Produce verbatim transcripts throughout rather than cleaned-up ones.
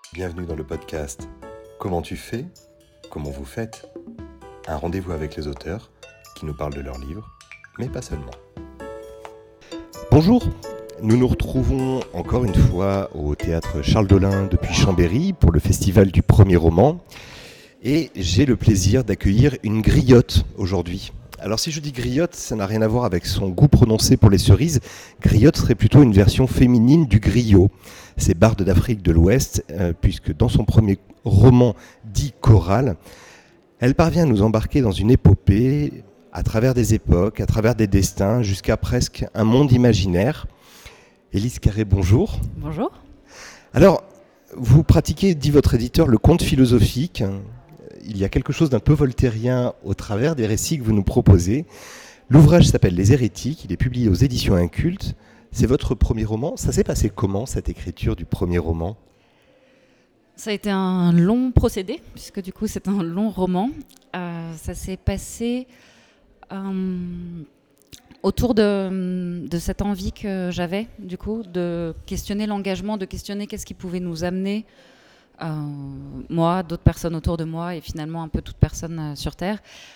Bienvenue dans le podcast Comment tu fais ? Comment vous faites ? Un rendez-vous avec les auteurs qui nous parlent de leurs livres, mais pas seulement. Bonjour, nous nous retrouvons encore une fois au théâtre Charles Dolin depuis Chambéry pour le festival du premier roman. Et j'ai le plaisir d'accueillir une griotte aujourd'hui. Alors si je dis griotte, ça n'a rien à voir avec son goût prononcé pour les cerises. Griotte serait plutôt une version féminine du griot. C'est barde d'Afrique de l'Ouest, euh, puisque dans son premier roman dit Chorale, elle parvient à nous embarquer dans une épopée à travers des époques, à travers des destins, jusqu'à presque un monde imaginaire. Élise Carré, bonjour. Bonjour. Alors, vous pratiquez, dit votre éditeur, le conte philosophique. Il y a quelque chose d'un peu voltairien au travers des récits que vous nous proposez. L'ouvrage s'appelle Les Hérétiques, il est publié aux éditions Incultes. C'est votre premier roman. Ça s'est passé comment, cette écriture du premier roman ? Ça a été un long procédé, puisque du coup c'est un long roman. Euh, ça s'est passé euh, autour de, de cette envie que j'avais, du coup, de questionner l'engagement, de questionner qu'est-ce qui pouvait nous amener, euh, moi, d'autres personnes autour de moi, et finalement un peu toute personne euh, sur Terre,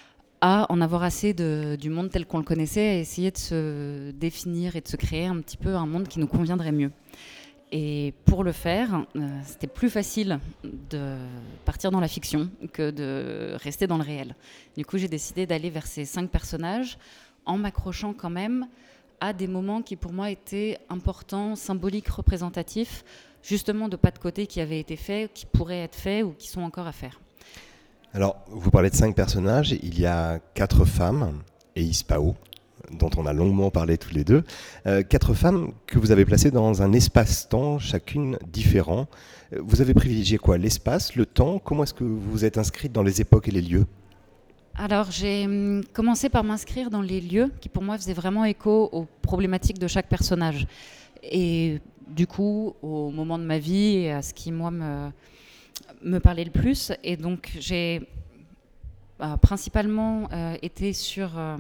à en avoir assez de, du monde tel qu'on le connaissait, à essayer de se définir et de se créer un petit peu un monde qui nous conviendrait mieux. Et pour le faire, euh, c'était plus facile de partir dans la fiction que de rester dans le réel. Du coup, j'ai décidé d'aller vers ces cinq personnages en m'accrochant quand même à des moments qui pour moi étaient importants, symboliques, représentatifs, justement de pas de côté qui avaient été faits, qui pourraient être faits ou qui sont encore à faire. Alors, vous parlez de cinq personnages. Il y a quatre femmes et Ispao, dont on a longuement parlé tous les deux. Euh, quatre femmes que vous avez placées dans un espace-temps, chacune différent. Vous avez privilégié quoi ? L'espace, le temps ? Comment est-ce que vous vous êtes inscrite dans les époques et les lieux ? Alors, j'ai hum, commencé par m'inscrire dans les lieux qui, pour moi, faisaient vraiment écho aux problématiques de chaque personnage. Et du coup, au moment de ma vie et à ce qui, moi, me, me parlait le plus. Et donc, j'ai euh, principalement euh, été sur... Euh,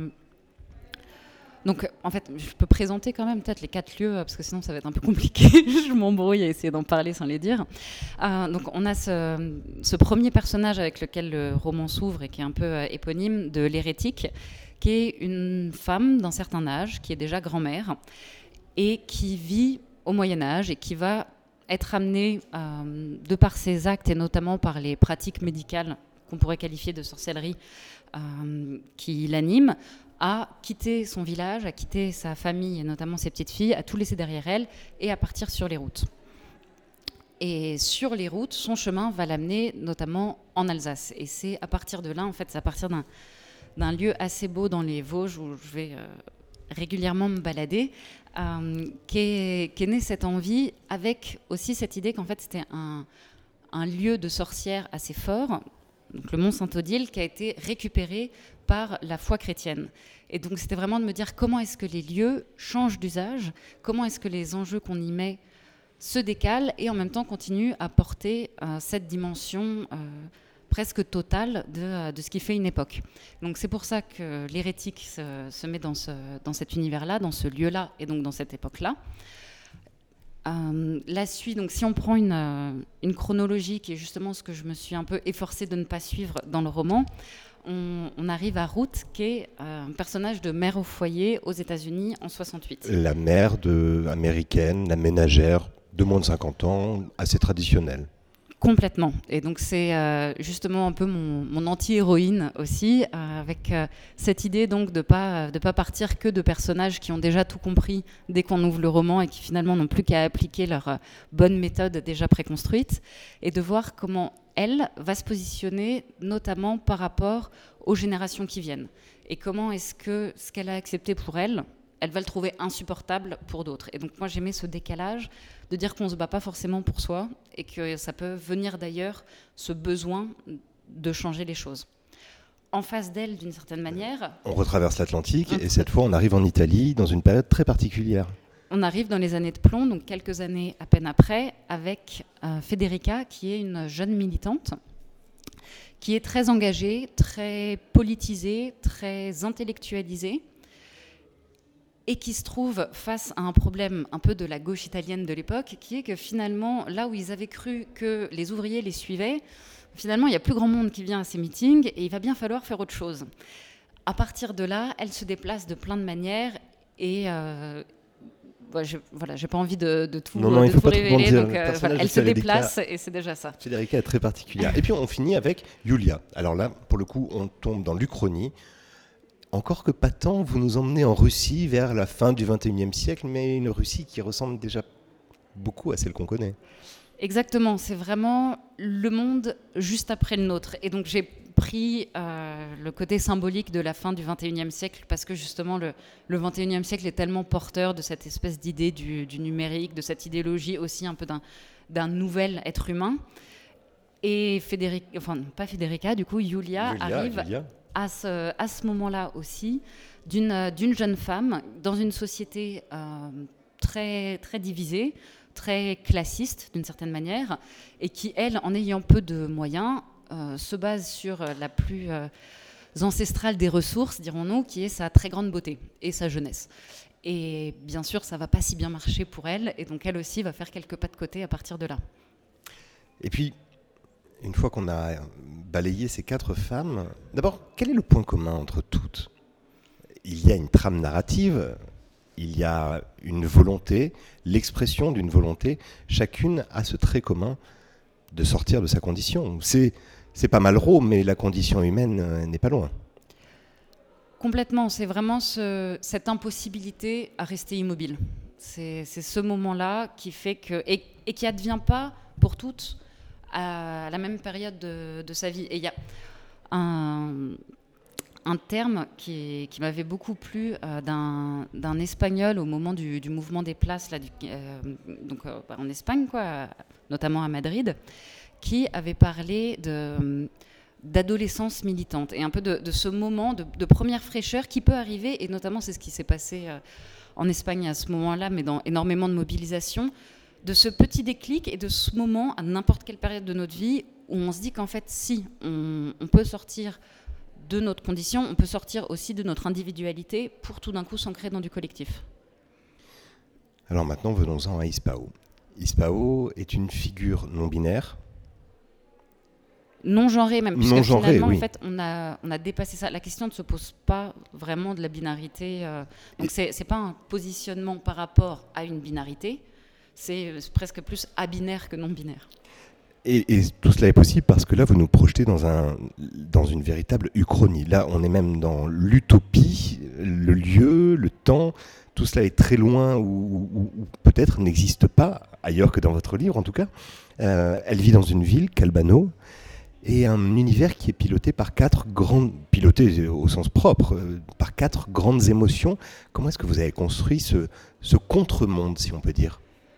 donc, en fait, je peux présenter quand même peut-être les quatre lieux, parce que sinon, ça va être un peu compliqué. Je m'embrouille à essayer d'en parler sans les dire. Euh, donc, on a ce, ce premier personnage avec lequel le roman s'ouvre et qui est un peu euh, éponyme de l'hérétique, qui est une femme d'un certain âge, qui est déjà grand-mère, et qui vit au Moyen-Âge et qui va être amenée, euh, de par ses actes et notamment par les pratiques médicales qu'on pourrait qualifier de sorcellerie, euh, qui l'animent, à quitter son village, à quitter sa famille et notamment ses petites filles, à tout laisser derrière elle et à partir sur les routes. Et sur les routes, son chemin va l'amener notamment en Alsace. Et c'est à partir de là, en fait, c'est à partir d'un, d'un lieu assez beau dans les Vosges où je vais euh, régulièrement me balader, euh, qu'est, qu'est née cette envie, avec aussi cette idée qu'en fait c'était un, un lieu de sorcières assez fort, donc le Mont Saint-Odile, qui a été récupéré par la foi chrétienne. Et donc c'était vraiment de me dire comment est-ce que les lieux changent d'usage, comment est-ce que les enjeux qu'on y met se décalent et en même temps continuent à porter euh, cette dimension euh, presque totale de, de ce qui fait une époque. Donc c'est pour ça que l'hérétique se, se met dans, ce, dans cet univers-là, dans ce lieu-là et donc dans cette époque-là. Euh, la suite, donc si on prend une, euh, une chronologie qui est justement ce que je me suis un peu efforcée de ne pas suivre dans le roman, on, on arrive à Ruth, qui est euh, un personnage de mère au foyer aux États-Unis en soixante-huit. La mère de, américaine, la ménagère de moins de cinquante ans, assez traditionnelle. Complètement. Et donc c'est euh, justement un peu mon, mon anti-héroïne aussi, euh, avec euh, cette idée donc de pas de pas partir que de personnages qui ont déjà tout compris dès qu'on ouvre le roman et qui finalement n'ont plus qu'à appliquer leur euh, bonne méthode déjà préconstruite, et de voir comment elle va se positionner notamment par rapport aux générations qui viennent. Et comment est-ce que ce qu'elle a accepté pour elle, elle va le trouver insupportable pour d'autres. Et donc moi j'aimais ce décalage de dire qu'on ne se bat pas forcément pour soi et que ça peut venir d'ailleurs, ce besoin de changer les choses. En face d'elle, d'une certaine manière... On retraverse l'Atlantique et cette fois on arrive en Italie dans une période très particulière. On arrive dans les années de plomb, donc quelques années à peine après, avec euh, Federica, qui est une jeune militante, qui est très engagée, très politisée, très intellectualisée, et qui se trouve face à un problème un peu de la gauche italienne de l'époque, qui est que finalement, là où ils avaient cru que les ouvriers les suivaient, finalement, il n'y a plus grand monde qui vient à ces meetings et il va bien falloir faire autre chose. À partir de là, elle se déplace de plein de manières et... Euh, ouais, je, voilà, j'ai pas envie de, de tout, non, non, de il faut tout pas révéler, tout donc euh, voilà, elle se déplace et c'est déjà ça. Federica est très particulière. Et puis on finit avec Yulia. Alors là, pour le coup, on tombe dans l'Uchronie. Encore que pas tant, vous nous emmenez en Russie vers la fin du vingt et unième siècle, mais une Russie qui ressemble déjà beaucoup à celle qu'on connaît. Exactement, c'est vraiment le monde juste après le nôtre. Et donc j'ai pris euh, le côté symbolique de la fin du vingt et unième siècle parce que justement le, le vingt et unième siècle est tellement porteur de cette espèce d'idée du, du numérique, de cette idéologie aussi un peu d'un, d'un nouvel être humain. Et Federica, enfin pas Federica, du coup Yulia, Yulia arrive... Yulia. À ce, à ce moment-là aussi, d'une, d'une jeune femme dans une société euh, très, très divisée, très classiste d'une certaine manière, et qui, elle, en ayant peu de moyens, euh, se base sur la plus euh, ancestrale des ressources, dirons-nous, qui est sa très grande beauté et sa jeunesse. Et bien sûr, ça ne va pas si bien marcher pour elle, et donc elle aussi va faire quelques pas de côté à partir de là. Et puis, une fois qu'on a balayé ces quatre femmes, d'abord, quel est le point commun entre toutes ? Il y a une trame narrative, il y a une volonté, l'expression d'une volonté. Chacune a ce trait commun de sortir de sa condition. C'est, c'est pas Malraux, mais la condition humaine n'est pas loin. Complètement, c'est vraiment ce, cette impossibilité à rester immobile. C'est, c'est ce moment-là qui fait que... Et, et qui advient pas pour toutes à la même période de, de sa vie. Et il y a un, un terme qui, qui m'avait beaucoup plu euh, d'un, d'un Espagnol au moment du, du mouvement des places là, du, euh, donc, euh, en Espagne, quoi, notamment à Madrid, qui avait parlé de, d'adolescence militante et un peu de, de ce moment de, de première fraîcheur qui peut arriver, et notamment c'est ce qui s'est passé euh, en Espagne à ce moment-là, mais dans énormément de mobilisation, de ce petit déclic et de ce moment à n'importe quelle période de notre vie où on se dit qu'en fait, si, on, on peut sortir de notre condition, on peut sortir aussi de notre individualité pour tout d'un coup s'ancrer dans du collectif. Alors maintenant, venons-en à Ispao. Ispao est une figure non-binaire. Non-genrée même, puisque non-genrée, finalement, oui. en fait, on a, on a dépassé ça. La question ne se pose pas vraiment de la binarité. Euh, donc, ce n'est pas un positionnement par rapport à une binarité. C'est presque plus abinaire que non-binaire. Et, et tout cela est possible parce que là, vous nous projetez dans, un, dans une véritable uchronie. Là, on est même dans l'utopie, le lieu, le temps. Tout cela est très loin ou, ou, ou peut-être n'existe pas, ailleurs que dans votre livre en tout cas. Euh, elle vit dans une ville, Calbano, et un univers qui est piloté par quatre grandes, piloté au sens propre, euh, par quatre grandes émotions. Comment est-ce que vous avez construit ce, ce contre-monde, si on peut dire ?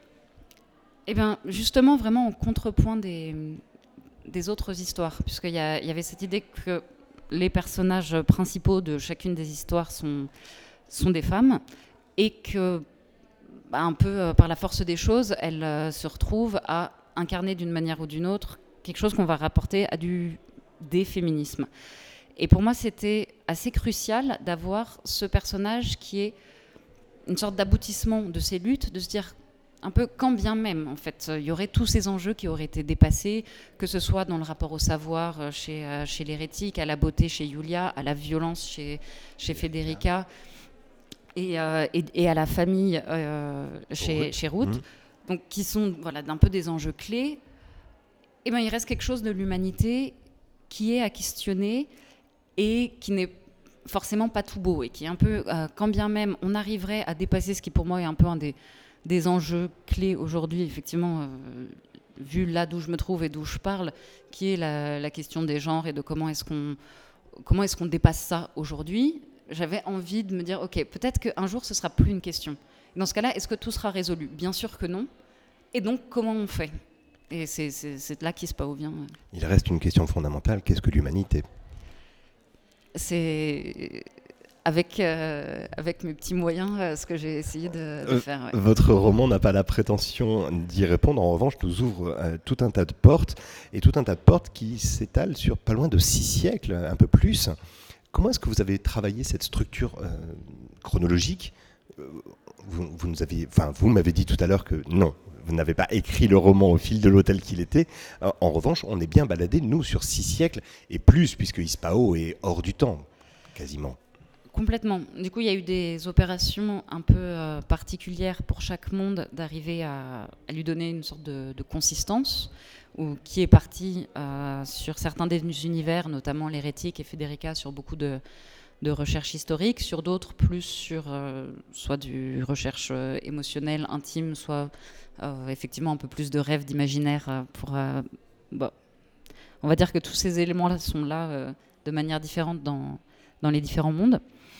Eh bien, justement, vraiment en contrepoint des, des autres histoires, puisqu'il y, a, il y avait cette idée que les personnages principaux de chacune des histoires sont, sont des femmes, et que, bah, un peu euh, par la force des choses, elles euh, se retrouvent à incarner d'une manière ou d'une autre quelque chose qu'on va rapporter à du déféminisme. Et pour moi, c'était assez crucial d'avoir ce personnage qui est une sorte d'aboutissement de ces luttes, de se dire un peu quand bien même, en fait, il y aurait tous ces enjeux qui auraient été dépassés, que ce soit dans le rapport au savoir chez, euh, chez l'hérétique, à la beauté chez Yulia, à la violence chez, chez Federica, et, euh, et, et à la famille euh, chez, chez Ruth, mmh. donc qui sont voilà, d'un peu des enjeux clés. Et ben, il reste quelque chose de l'humanité qui est à questionner et qui n'est forcément pas tout beau, et qui est un peu, euh, quand bien même on arriverait à dépasser ce qui pour moi est un peu un des des enjeux clés aujourd'hui, effectivement, euh, vu là d'où je me trouve et d'où je parle, qui est la, la question des genres et de comment est-ce qu'on, comment est-ce qu'on dépasse ça aujourd'hui. J'avais envie de me dire, ok, peut-être qu'un jour ce sera plus une question. Dans ce cas-là, est-ce que tout sera résolu ? Bien sûr que non. Et donc, comment on fait ? Et c'est, c'est, c'est là qu'Ispao vient. Il reste une question fondamentale, qu'est-ce que l'humanité ? C'est... Avec, euh, avec mes petits moyens, euh, ce que j'ai essayé de, de faire. Ouais. Votre roman n'a pas la prétention d'y répondre. En revanche, nous ouvre euh, tout un tas de portes, et tout un tas de portes qui s'étalent sur pas loin de six siècles, un peu plus. Comment est-ce que vous avez travaillé cette structure euh, chronologique ? vous, vous, nous avez, enfin, vous m'avez dit tout à l'heure que non, vous n'avez pas écrit le roman au fil de l'eau tel qu'il était. En revanche, on est bien baladé, nous, sur six siècles et plus, puisque Ispao est hors du temps, quasiment. Complètement. Du coup, il y a eu des opérations un peu euh, particulières pour chaque monde d'arriver à, à lui donner une sorte de, de consistance, ou qui est parti euh, sur certains des univers, notamment l'hérétique et Federica, sur beaucoup de, de recherches historiques, sur d'autres plus sur euh, soit du recherche euh, émotionnelle, intime, soit euh, effectivement un peu plus de rêve, d'imaginaire. Euh, pour, euh, bon. On va dire que tous ces éléments-là sont là euh, de manière différente dans, dans les différents mondes.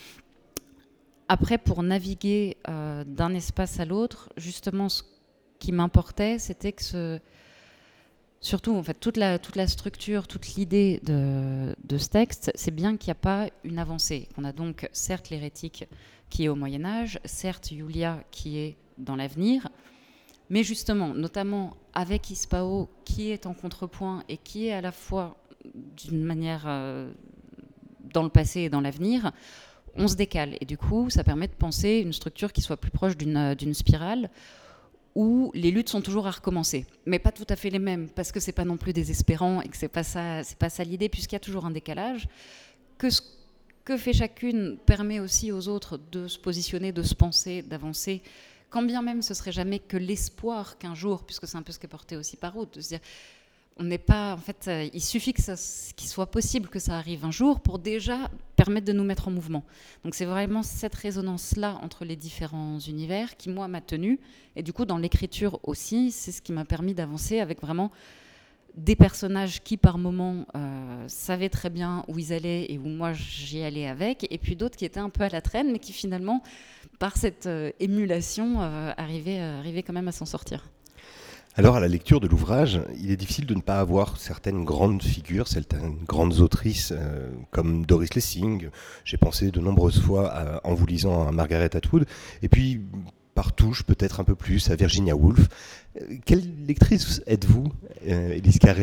Après, pour naviguer euh, d'un espace à l'autre, justement, ce qui m'importait, c'était que ce, surtout, en fait, toute la, toute la structure, toute l'idée de, de ce texte, c'est bien qu'il n'y a pas une avancée. On a donc, certes, l'hérétique qui est au Moyen-Âge, certes, Julia qui est dans l'avenir, mais justement, notamment avec Ispao, qui est en contrepoint et qui est à la fois, d'une manière, euh, dans le passé et dans l'avenir, on se décale. Et du coup, ça permet de penser une structure qui soit plus proche d'une, d'une spirale où les luttes sont toujours à recommencer. Mais pas tout à fait les mêmes, parce que c'est pas non plus désespérant et que c'est pas ça, c'est pas ça l'idée, puisqu'il y a toujours un décalage. Que ce que fait chacune permet aussi aux autres de se positionner, de se penser, d'avancer, quand bien même ce serait jamais que l'espoir qu'un jour, puisque c'est un peu ce qui est porté aussi par Aude, de se dire... On n'est pas, en fait, euh, il suffit que ça, qu'il soit possible que ça arrive un jour pour déjà permettre de nous mettre en mouvement. Donc c'est vraiment cette résonance-là entre les différents univers qui, moi, m'a tenue. Et du coup, dans l'écriture aussi, c'est ce qui m'a permis d'avancer avec vraiment des personnages qui, par moments, euh, savaient très bien où ils allaient et où moi, j'y allais avec. Et puis d'autres qui étaient un peu à la traîne, mais qui, finalement, par cette euh, émulation, euh, arrivaient, euh, arrivaient quand même à s'en sortir. Alors, à la lecture de l'ouvrage, il est difficile de ne pas avoir certaines grandes figures, certaines grandes autrices euh, comme Doris Lessing. J'ai pensé de nombreuses fois à, en vous lisant à Margaret Atwood. Et puis, par touche, peut-être un peu plus, à Virginia Woolf. Euh, quelle lectrice êtes-vous, euh, Élise Carré ?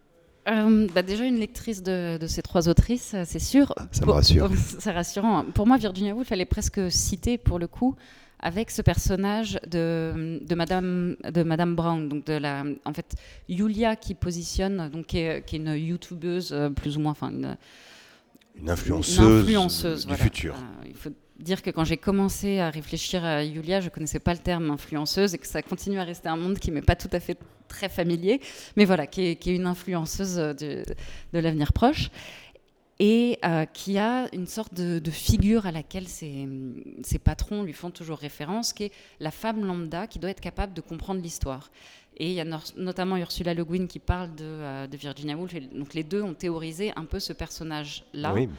Euh, bah déjà une lectrice de, de ces trois autrices, c'est sûr. Ah, ça me rassure. Pour, c'est rassurant. Pour moi, Virginia Woolf, elle est presque citée pour le coup avec ce personnage de, de Madame de Madame Brown, donc de la, en fait, Julia qui positionne, donc qui est, qui est une youtubeuse plus ou moins, enfin une, une influenceuse, une influenceuse du voilà. futur. Euh, il faut dire que quand j'ai commencé à réfléchir à Julia, je connaissais pas le terme influenceuse et que ça continue à rester un monde qui m'est pas tout à fait très familier, mais voilà, qui est, qui est une influenceuse de, de l'avenir proche. Et euh, qui a une sorte de, de figure à laquelle ses, ses patrons lui font toujours référence, qui est la femme lambda qui doit être capable de comprendre l'histoire. Et il y a no- notamment Ursula Le Guin qui parle de, euh, de Virginia Woolf. Et donc les deux ont théorisé un peu ce personnage-là, oui,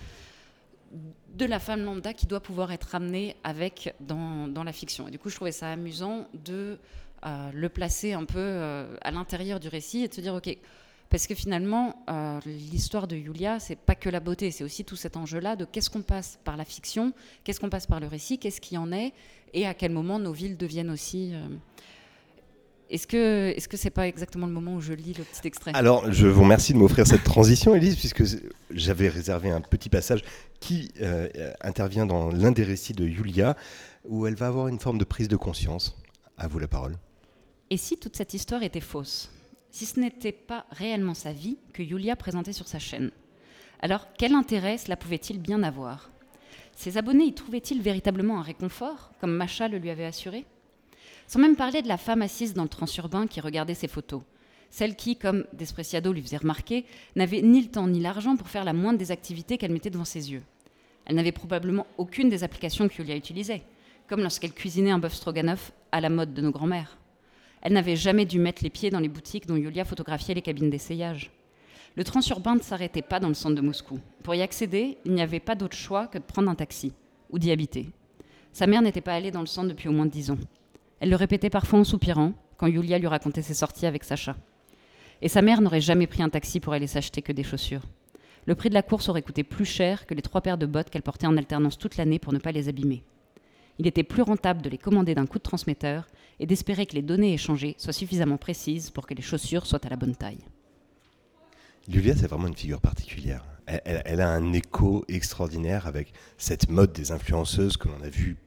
de la femme lambda qui doit pouvoir être amenée avec dans, dans la fiction. Et du coup, je trouvais ça amusant de euh, le placer un peu euh, à l'intérieur du récit et de se dire, OK, parce que finalement, euh, l'histoire de Julia, c'est pas que la beauté, c'est aussi tout cet enjeu-là de qu'est-ce qu'on passe par la fiction, qu'est-ce qu'on passe par le récit, qu'est-ce qui en est, et à quel moment nos villes deviennent aussi... Euh... Est-ce que, est-ce que c'est pas exactement le moment où je lis le petit extrait ? Alors, je vous remercie de m'offrir cette transition, Élise, puisque j'avais réservé un petit passage qui euh, intervient dans l'un des récits de Julia, où elle va avoir une forme de prise de conscience. À vous la parole. Et si toute cette histoire était fausse ? Si ce n'était pas réellement sa vie que Julia présentait sur sa chaîne. Alors, quel intérêt cela pouvait-il bien avoir ? Ses abonnés y trouvaient-ils véritablement un réconfort, comme Macha le lui avait assuré ? Sans même parler de la femme assise dans le transurbain qui regardait ses photos. Celle qui, comme Despreciado lui faisait remarquer, n'avait ni le temps ni l'argent pour faire la moindre des activités qu'elle mettait devant ses yeux. Elle n'avait probablement aucune des applications que Julia utilisait, comme lorsqu'elle cuisinait un bœuf stroganoff à la mode de nos grands-mères. Elle n'avait jamais dû mettre les pieds dans les boutiques dont Julia photographiait les cabines d'essayage. Le transurbain ne s'arrêtait pas dans le centre de Moscou. Pour y accéder, il n'y avait pas d'autre choix que de prendre un taxi ou d'y habiter. Sa mère n'était pas allée dans le centre depuis au moins dix ans. Elle le répétait parfois en soupirant quand Julia lui racontait ses sorties avec Sacha. Et sa mère n'aurait jamais pris un taxi pour aller s'acheter que des chaussures. Le prix de la course aurait coûté plus cher que les trois paires de bottes qu'elle portait en alternance toute l'année pour ne pas les abîmer. Il était plus rentable de les commander d'un coup de transmetteur et d'espérer que les données échangées soient suffisamment précises pour que les chaussures soient à la bonne taille. Julia, c'est vraiment une figure particulière. Elle, elle, elle a un écho extraordinaire avec cette mode des influenceuses que l'on a vu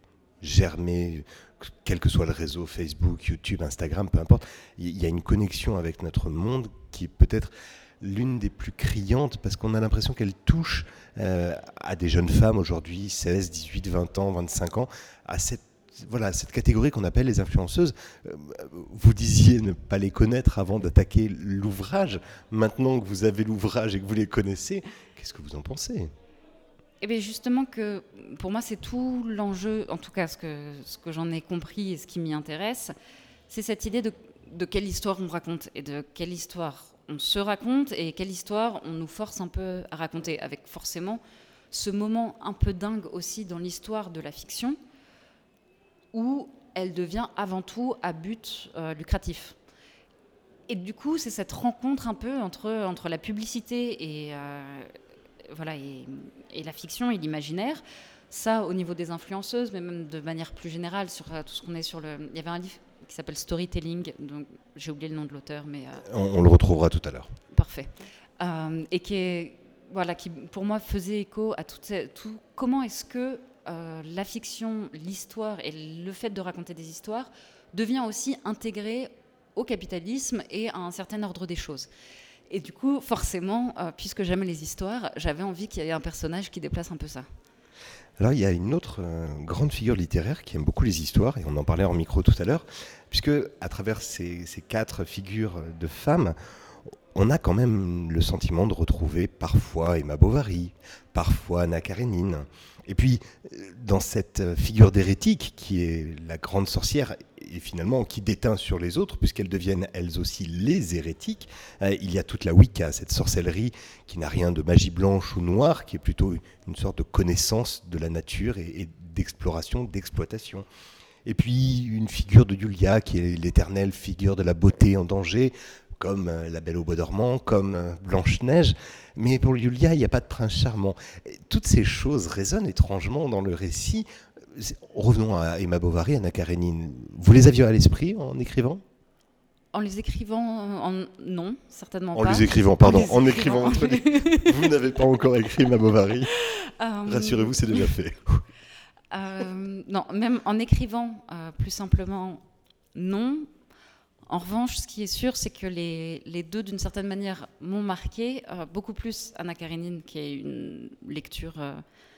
germer, quel que soit le réseau, Facebook, YouTube, Instagram, peu importe. Il y a une connexion avec notre monde qui est peut-être l'une des plus criantes, parce qu'on a l'impression qu'elle touche euh, à des jeunes femmes aujourd'hui, seize, dix-huit, vingt ans, vingt-cinq ans, à cette, voilà, cette catégorie qu'on appelle les influenceuses. Euh, vous disiez ne pas les connaître avant d'attaquer l'ouvrage. Maintenant que vous avez l'ouvrage et que vous les connaissez, qu'est-ce que vous en pensez ? Eh bien justement que pour moi c'est tout l'enjeu, en tout cas ce que, ce que j'en ai compris et ce qui m'y intéresse, c'est cette idée de, de quelle histoire on raconte et de quelle histoire on se raconte et quelle histoire on nous force un peu à raconter, avec forcément ce moment un peu dingue aussi dans l'histoire de la fiction où elle devient avant tout à but euh, lucratif. Et du coup c'est cette rencontre un peu entre, entre la publicité et... Euh, Voilà, et, et la fiction et l'imaginaire, ça au niveau des influenceuses, mais même de manière plus générale sur euh, tout ce qu'on est sur le... Il y avait un livre qui s'appelle Storytelling, donc j'ai oublié le nom de l'auteur, mais... Euh... On, on le retrouvera tout à l'heure. Parfait. Euh, et qui, est, voilà, qui, pour moi, faisait écho à tout... tout comment est-ce que euh, la fiction, l'histoire et le fait de raconter des histoires devient aussi intégré au capitalisme et à un certain ordre des choses. Et du coup, forcément, euh, puisque j'aime les histoires, j'avais envie qu'il y ait un personnage qui déplace un peu ça. Alors, il y a une autre euh, grande figure littéraire qui aime beaucoup les histoires, et on en parlait en micro tout à l'heure, puisque à travers ces, ces quatre figures de femmes, on a quand même le sentiment de retrouver parfois Emma Bovary, parfois Anna Karénine. Et puis, dans cette figure d'hérétique qui est la grande sorcière, et finalement qui déteint sur les autres, puisqu'elles deviennent elles aussi les hérétiques, euh, il y a toute la Wicca, cette sorcellerie qui n'a rien de magie blanche ou noire, qui est plutôt une sorte de connaissance de la nature et, et d'exploration, d'exploitation. Et puis une figure de Julia, qui est l'éternelle figure de la beauté en danger, comme euh, La Belle au Bois dormant, comme euh, Blanche-Neige. Mais pour Julia, il n'y a pas de prince charmant. Et toutes ces choses résonnent étrangement dans le récit. Revenons à Emma Bovary, Anna Karénine. Vous les aviez à l'esprit en écrivant ? En les écrivant, en... non, certainement en pas. En les écrivant, pardon. En, les en écrivant. écrivant. Vous n'avez pas encore écrit Emma Bovary. Um... Rassurez-vous, c'est déjà fait. euh, non, même en écrivant, euh, plus simplement, non. En revanche, ce qui est sûr, c'est que les, les deux, d'une certaine manière, m'ont marqué. Euh, beaucoup plus Anna Karénine, qui est une lecture... Euh,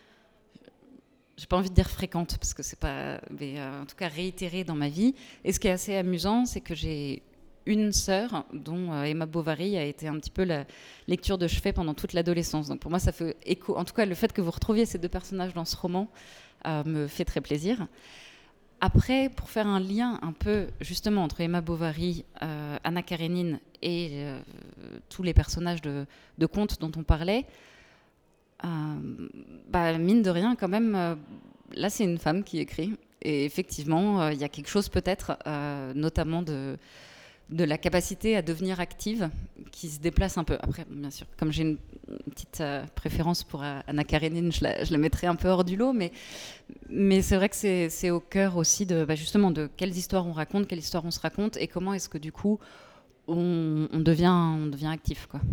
j'ai pas envie de dire fréquente, parce que c'est pas... Mais euh, en tout cas, réitérée dans ma vie. Et ce qui est assez amusant, c'est que j'ai une sœur, dont euh, Emma Bovary a été un petit peu la lecture de chevet pendant toute l'adolescence. Donc pour moi, ça fait écho... En tout cas, le fait que vous retrouviez ces deux personnages dans ce roman euh, me fait très plaisir. Après, pour faire un lien un peu justement entre Emma Bovary, euh, Anna Karénine et euh, tous les personnages de, de contes dont on parlait, euh, bah, mine de rien quand même, euh, là c'est une femme qui écrit. Et effectivement, il euh, y a quelque chose peut-être, euh, notamment de, de la capacité à devenir active, qui se déplace un peu. Après, bien sûr, comme j'ai une, une petite euh, préférence pour euh, Anna Karénine, je la, je la mettrai un peu hors du lot, mais, mais c'est vrai que c'est, c'est au cœur aussi de, bah justement, de quelles histoires on raconte, quelles histoires on se raconte, et comment est-ce que du coup, on, on, devient, on devient actif, quoi.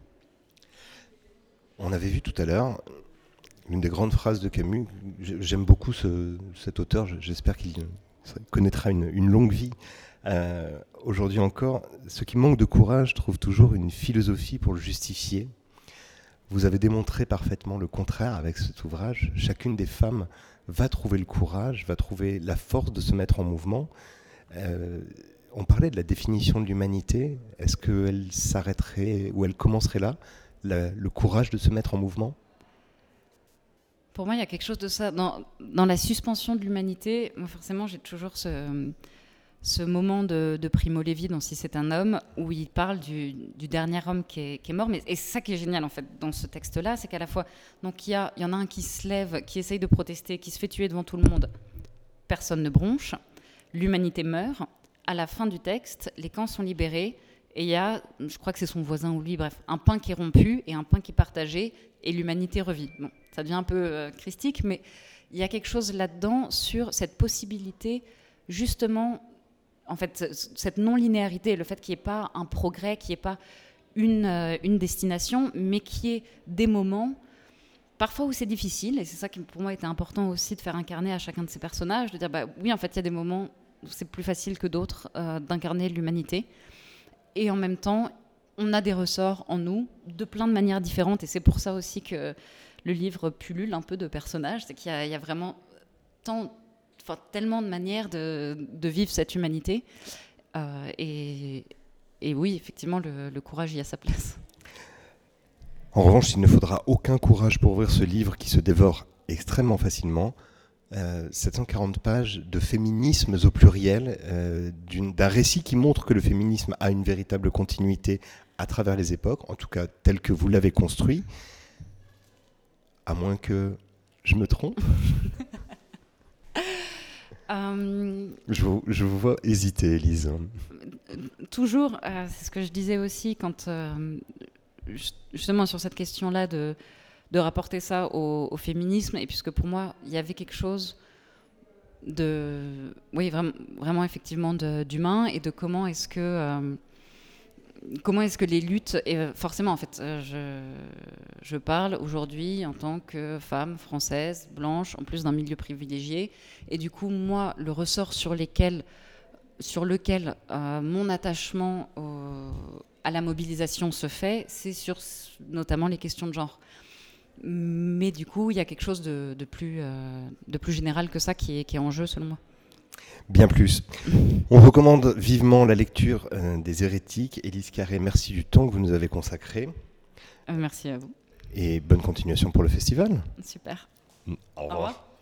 On avait vu tout à l'heure l'une des grandes phrases de Camus. J'aime beaucoup ce, cet auteur, j'espère qu'il connaîtra une, une longue vie. Euh, aujourd'hui encore, ceux qui manquent de courage trouvent toujours une philosophie pour le justifier. Vous avez démontré parfaitement le contraire avec cet ouvrage. Chacune des femmes va trouver le courage, va trouver la force de se mettre en mouvement. Euh, on parlait de la définition de l'humanité. Est-ce qu'elle s'arrêterait ou elle commencerait là, la, le courage de se mettre en mouvement ? Pour moi, il y a quelque chose de ça. Dans, dans la suspension de l'humanité, moi, forcément, j'ai toujours ce... ce moment de, de Primo Levi, dans Si c'est un homme, où il parle du, du dernier homme qui est, qui est mort. Mais, et c'est ça qui est génial, en fait, dans ce texte-là, c'est qu'à la fois, donc il y, a, il y en a un qui se lève, qui essaye de protester, qui se fait tuer devant tout le monde. Personne ne bronche. L'humanité meurt. À la fin du texte, les camps sont libérés. Et il y a, je crois que c'est son voisin ou lui, bref, un pain qui est rompu et un pain qui est partagé, et l'humanité revit. Bon, ça devient un peu euh, christique, mais il y a quelque chose là-dedans sur cette possibilité, justement... En fait, cette non-linéarité, le fait qu'il n'y ait pas un progrès, qu'il n'y ait pas une, euh, une destination, mais qu'il y ait des moments, parfois où c'est difficile, et c'est ça qui pour moi était important aussi de faire incarner à chacun de ces personnages, de dire bah oui, en fait il y a des moments où c'est plus facile que d'autres euh, d'incarner l'humanité, et en même temps on a des ressorts en nous de plein de manières différentes, et c'est pour ça aussi que le livre pullule un peu de personnages, c'est qu'il y a, il y a vraiment tant, enfin, tellement de manières de, de vivre cette humanité, euh, et, et oui, effectivement, le, le courage y a sa place. En revanche, il ne faudra aucun courage pour ouvrir ce livre qui se dévore extrêmement facilement. Euh, sept cent quarante pages de féminismes au pluriel, euh, d'une, d'un récit qui montre que le féminisme a une véritable continuité à travers les époques, en tout cas tel que vous l'avez construit, à moins que je me trompe. euh... je, vous, je vous vois hésiter, Élise. Toujours, euh, c'est ce que je disais aussi quand... Euh, justement sur cette question-là de, de rapporter ça au, au féminisme, et puisque pour moi il y avait quelque chose de oui vraiment, vraiment effectivement de, d'humain, et de comment est-ce que euh, comment est-ce que les luttes, et forcément en fait je, je parle aujourd'hui en tant que femme française blanche en plus d'un milieu privilégié, et du coup moi le ressort sur lesquels sur lequel euh, mon attachement au à la mobilisation se fait, c'est sur notamment les questions de genre. Mais du coup, il y a quelque chose de, de, plus, euh, de plus général que ça qui est, qui est en jeu, selon moi. Bien plus. On recommande vivement la lecture euh, des Hérétiques. Élise Carré, merci du temps que vous nous avez consacré. Euh, merci à vous. Et bonne continuation pour le festival. Super. Au revoir. Au revoir.